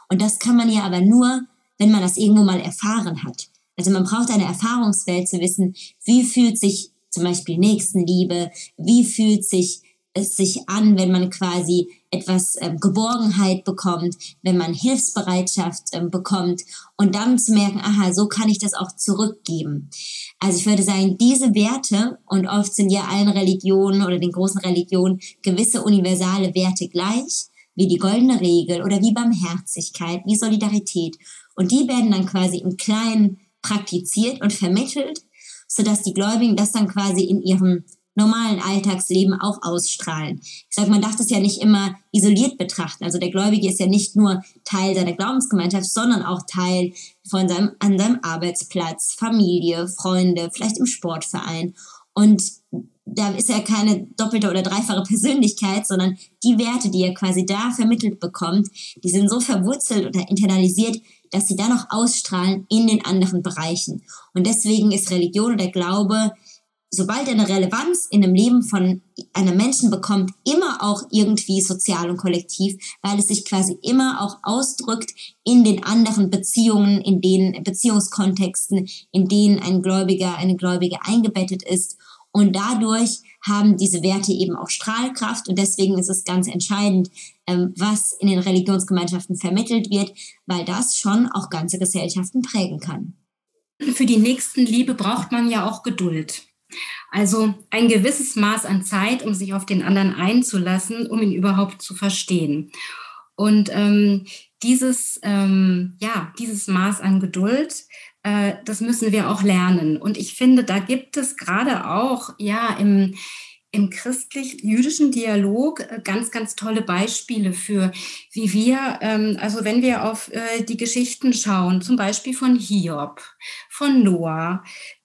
Und das kann man ja aber nur, wenn man das irgendwo mal erfahren hat. Also man braucht eine Erfahrungswelt zu wissen, wie fühlt sich zum Beispiel Nächstenliebe, wie fühlt sich es sich an, wenn man quasi etwas Geborgenheit bekommt, wenn man Hilfsbereitschaft bekommt und dann zu merken, aha, so kann ich das auch zurückgeben. Also ich würde sagen, diese Werte, und oft sind ja allen Religionen oder den großen Religionen gewisse universale Werte gleich, wie die goldene Regel oder wie Barmherzigkeit, wie Solidarität. Und die werden dann quasi im Kleinen praktiziert und vermittelt, sodass die Gläubigen das dann quasi in ihrem normalen Alltagsleben auch ausstrahlen. Ich sage, man darf das ja nicht immer isoliert betrachten. Also der Gläubige ist ja nicht nur Teil seiner Glaubensgemeinschaft, sondern auch Teil an seinem Arbeitsplatz, Familie, Freunde, vielleicht im Sportverein. Und da ist er keine doppelte oder dreifache Persönlichkeit, sondern die Werte, die er quasi da vermittelt bekommt, die sind so verwurzelt oder internalisiert, dass sie dann auch ausstrahlen in den anderen Bereichen. Und deswegen ist Religion oder Glaube, sobald er eine Relevanz in dem Leben von einem Menschen bekommt, immer auch irgendwie sozial und kollektiv, weil es sich quasi immer auch ausdrückt in den anderen Beziehungen, in den Beziehungskontexten, in denen ein Gläubiger, eine Gläubige eingebettet ist. Und dadurch haben diese Werte eben auch Strahlkraft. Und deswegen ist es ganz entscheidend, was in den Religionsgemeinschaften vermittelt wird, weil das schon auch ganze Gesellschaften prägen kann. Für die Nächstenliebe braucht man ja auch Geduld. Also ein gewisses Maß an Zeit, um sich auf den anderen einzulassen, um ihn überhaupt zu verstehen. Und dieses Maß an Geduld, das müssen wir auch lernen. Und ich finde, da gibt es gerade auch im christlich-jüdischen Dialog ganz, ganz tolle Beispiele für, wie wir, also wenn wir auf die Geschichten schauen, zum Beispiel von Hiob, von Noah,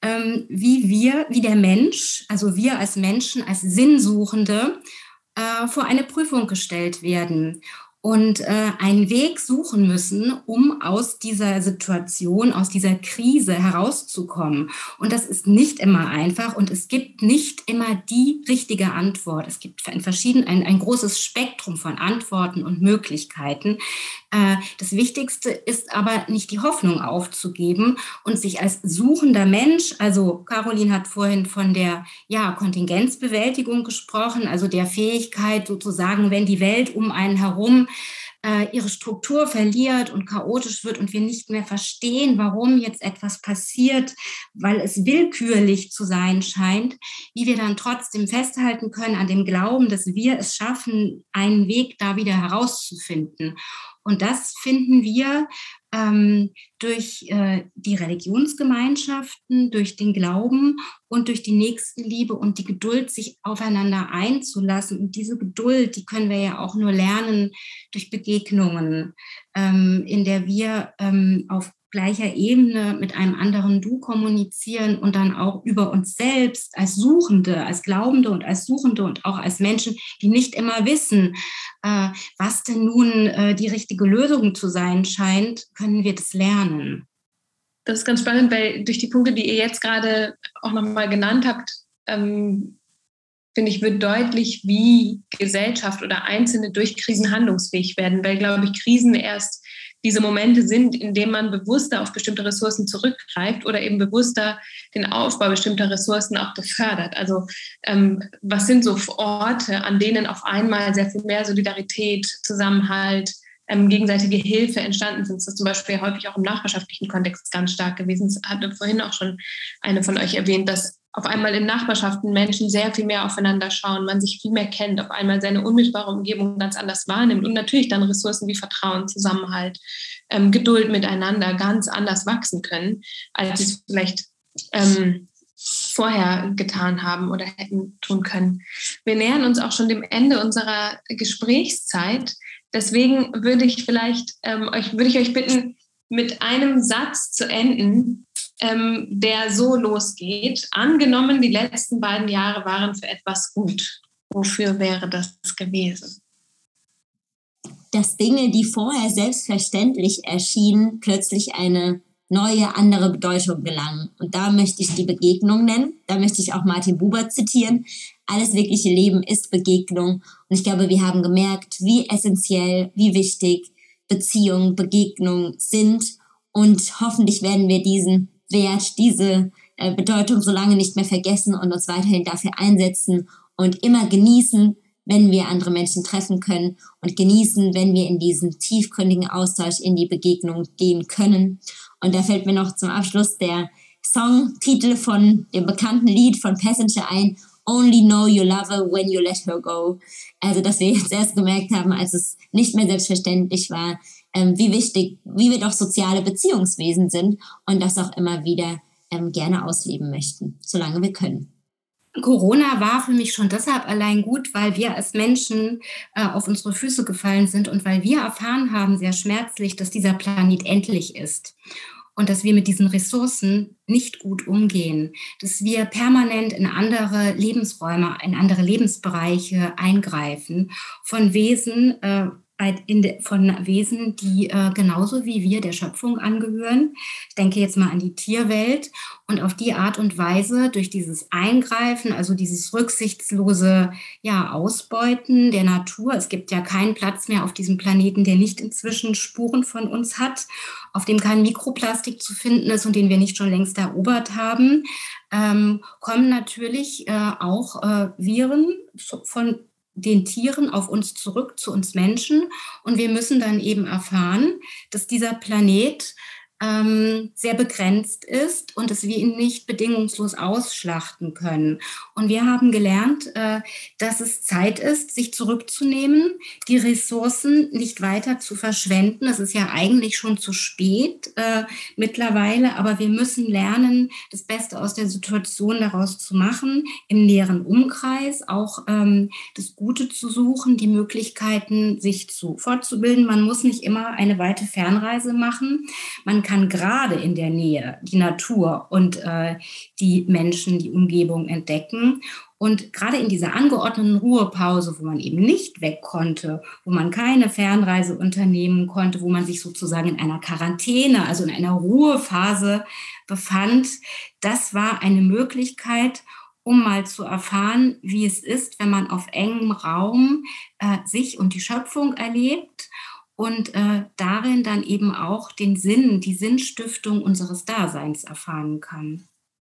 wie der Mensch, also wir als Menschen, als Sinnsuchende, vor eine Prüfung gestellt werden und einen Weg suchen müssen, um aus dieser Situation, aus dieser Krise herauszukommen. Und das ist nicht immer einfach und es gibt nicht immer die richtige Antwort. Es gibt ein großes Spektrum von Antworten und Möglichkeiten. Das Wichtigste ist aber nicht die Hoffnung aufzugeben und sich als suchender Mensch, also Caroline hat vorhin von der Kontingenzbewältigung gesprochen, also der Fähigkeit sozusagen, wenn die Welt um einen herum ihre Struktur verliert und chaotisch wird und wir nicht mehr verstehen, warum jetzt etwas passiert, weil es willkürlich zu sein scheint, wie wir dann trotzdem festhalten können an dem Glauben, dass wir es schaffen, einen Weg da wieder herauszufinden. Und das finden wir durch die Religionsgemeinschaften, durch den Glauben und durch die Nächstenliebe und die Geduld, sich aufeinander einzulassen. Und diese Geduld, die können wir ja auch nur lernen durch Begegnungen, in der wir auf gleicher Ebene mit einem anderen Du kommunizieren und dann auch über uns selbst als Suchende, als Glaubende und als Suchende und auch als Menschen, die nicht immer wissen, was denn nun die richtige Lösung zu sein scheint, können wir das lernen. Das ist ganz spannend, weil durch die Punkte, die ihr jetzt gerade auch nochmal genannt habt, finde ich, wird deutlich, wie Gesellschaft oder Einzelne durch Krisen handlungsfähig werden, weil, glaube ich, Krisen erst diese Momente sind, in denen man bewusster auf bestimmte Ressourcen zurückgreift oder eben bewusster den Aufbau bestimmter Ressourcen auch befördert. Also was sind so Orte, an denen auf einmal sehr viel mehr Solidarität, Zusammenhalt, gegenseitige Hilfe entstanden sind? Das ist zum Beispiel häufig auch im nachbarschaftlichen Kontext ganz stark gewesen. Das hatte vorhin auch schon eine von euch erwähnt, dass auf einmal in Nachbarschaften Menschen sehr viel mehr aufeinander schauen, man sich viel mehr kennt, auf einmal seine unmittelbare Umgebung ganz anders wahrnimmt und natürlich dann Ressourcen wie Vertrauen, Zusammenhalt, Geduld miteinander ganz anders wachsen können, als sie es vielleicht vorher getan haben oder hätten tun können. Wir nähern uns auch schon dem Ende unserer Gesprächszeit. Deswegen würde ich euch bitten, mit einem Satz zu enden, der so losgeht. Angenommen, die letzten beiden Jahre waren für etwas gut. Wofür wäre das gewesen? Dass Dinge, die vorher selbstverständlich erschienen, plötzlich eine neue, andere Bedeutung gelangen. Und da möchte ich die Begegnung nennen. Da möchte ich auch Martin Buber zitieren. Alles wirkliche Leben ist Begegnung. Und ich glaube, wir haben gemerkt, wie essentiell, wie wichtig Beziehung, Begegnung sind. Und hoffentlich werden wir diesen Wert, diese Bedeutung so lange nicht mehr vergessen und uns weiterhin dafür einsetzen und immer genießen, wenn wir andere Menschen treffen können und genießen, wenn wir in diesen tiefgründigen Austausch, in die Begegnung gehen können. Und da fällt mir noch zum Abschluss der Songtitel von dem bekannten Lied von Passenger ein, Only know you love her when you let her go. Also, dass wir jetzt erst gemerkt haben, als es nicht mehr selbstverständlich war, wie wichtig, wie wir doch soziale Beziehungswesen sind und das auch immer wieder gerne ausleben möchten, solange wir können. Corona war für mich schon deshalb allein gut, weil wir als Menschen auf unsere Füße gefallen sind und weil wir erfahren haben, sehr schmerzlich, dass dieser Planet endlich ist und dass wir mit diesen Ressourcen nicht gut umgehen, dass wir permanent in andere Lebensräume, in andere Lebensbereiche eingreifen von Wesen, die genauso wie wir der Schöpfung angehören. Ich denke jetzt mal an die Tierwelt und auf die Art und Weise durch dieses Eingreifen, also dieses rücksichtslose Ausbeuten der Natur. Es gibt ja keinen Platz mehr auf diesem Planeten, der nicht inzwischen Spuren von uns hat, auf dem kein Mikroplastik zu finden ist und den wir nicht schon längst erobert haben, kommen natürlich auch Viren von den Tieren auf uns zurück, zu uns Menschen. Und wir müssen dann eben erfahren, dass dieser Planet sehr begrenzt ist und dass wir ihn nicht bedingungslos ausschlachten können. Und wir haben gelernt, dass es Zeit ist, sich zurückzunehmen, die Ressourcen nicht weiter zu verschwenden. Es ist ja eigentlich schon zu spät mittlerweile, aber wir müssen lernen, das Beste aus der Situation daraus zu machen, im näheren Umkreis auch das Gute zu suchen, die Möglichkeiten, sich fortzubilden. Man muss nicht immer eine weite Fernreise machen. Man kann gerade in der Nähe die Natur und die Menschen, die Umgebung entdecken. Und gerade in dieser angeordneten Ruhepause, wo man eben nicht weg konnte, wo man keine Fernreise unternehmen konnte, wo man sich sozusagen in einer Quarantäne, also in einer Ruhephase befand, das war eine Möglichkeit, um mal zu erfahren, wie es ist, wenn man auf engem Raum sich und die Schöpfung erlebt und darin dann eben auch den Sinn, die Sinnstiftung unseres Daseins erfahren kann.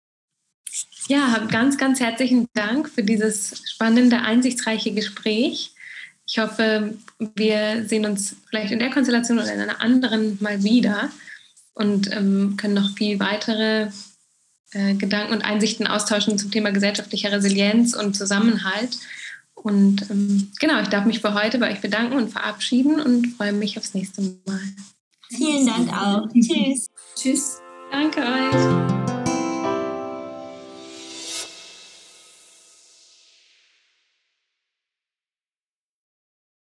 Ja, ganz, ganz herzlichen Dank für dieses spannende, einsichtsreiche Gespräch. Ich hoffe, wir sehen uns vielleicht in der Konstellation oder in einer anderen mal wieder und können noch viel weitere Gedanken und Einsichten austauschen zum Thema gesellschaftlicher Resilienz und Zusammenhalt. Und ich darf mich für heute bei euch bedanken und verabschieden und freue mich aufs nächste Mal. Vielen Dank auch. Tschüss. Tschüss. Danke euch.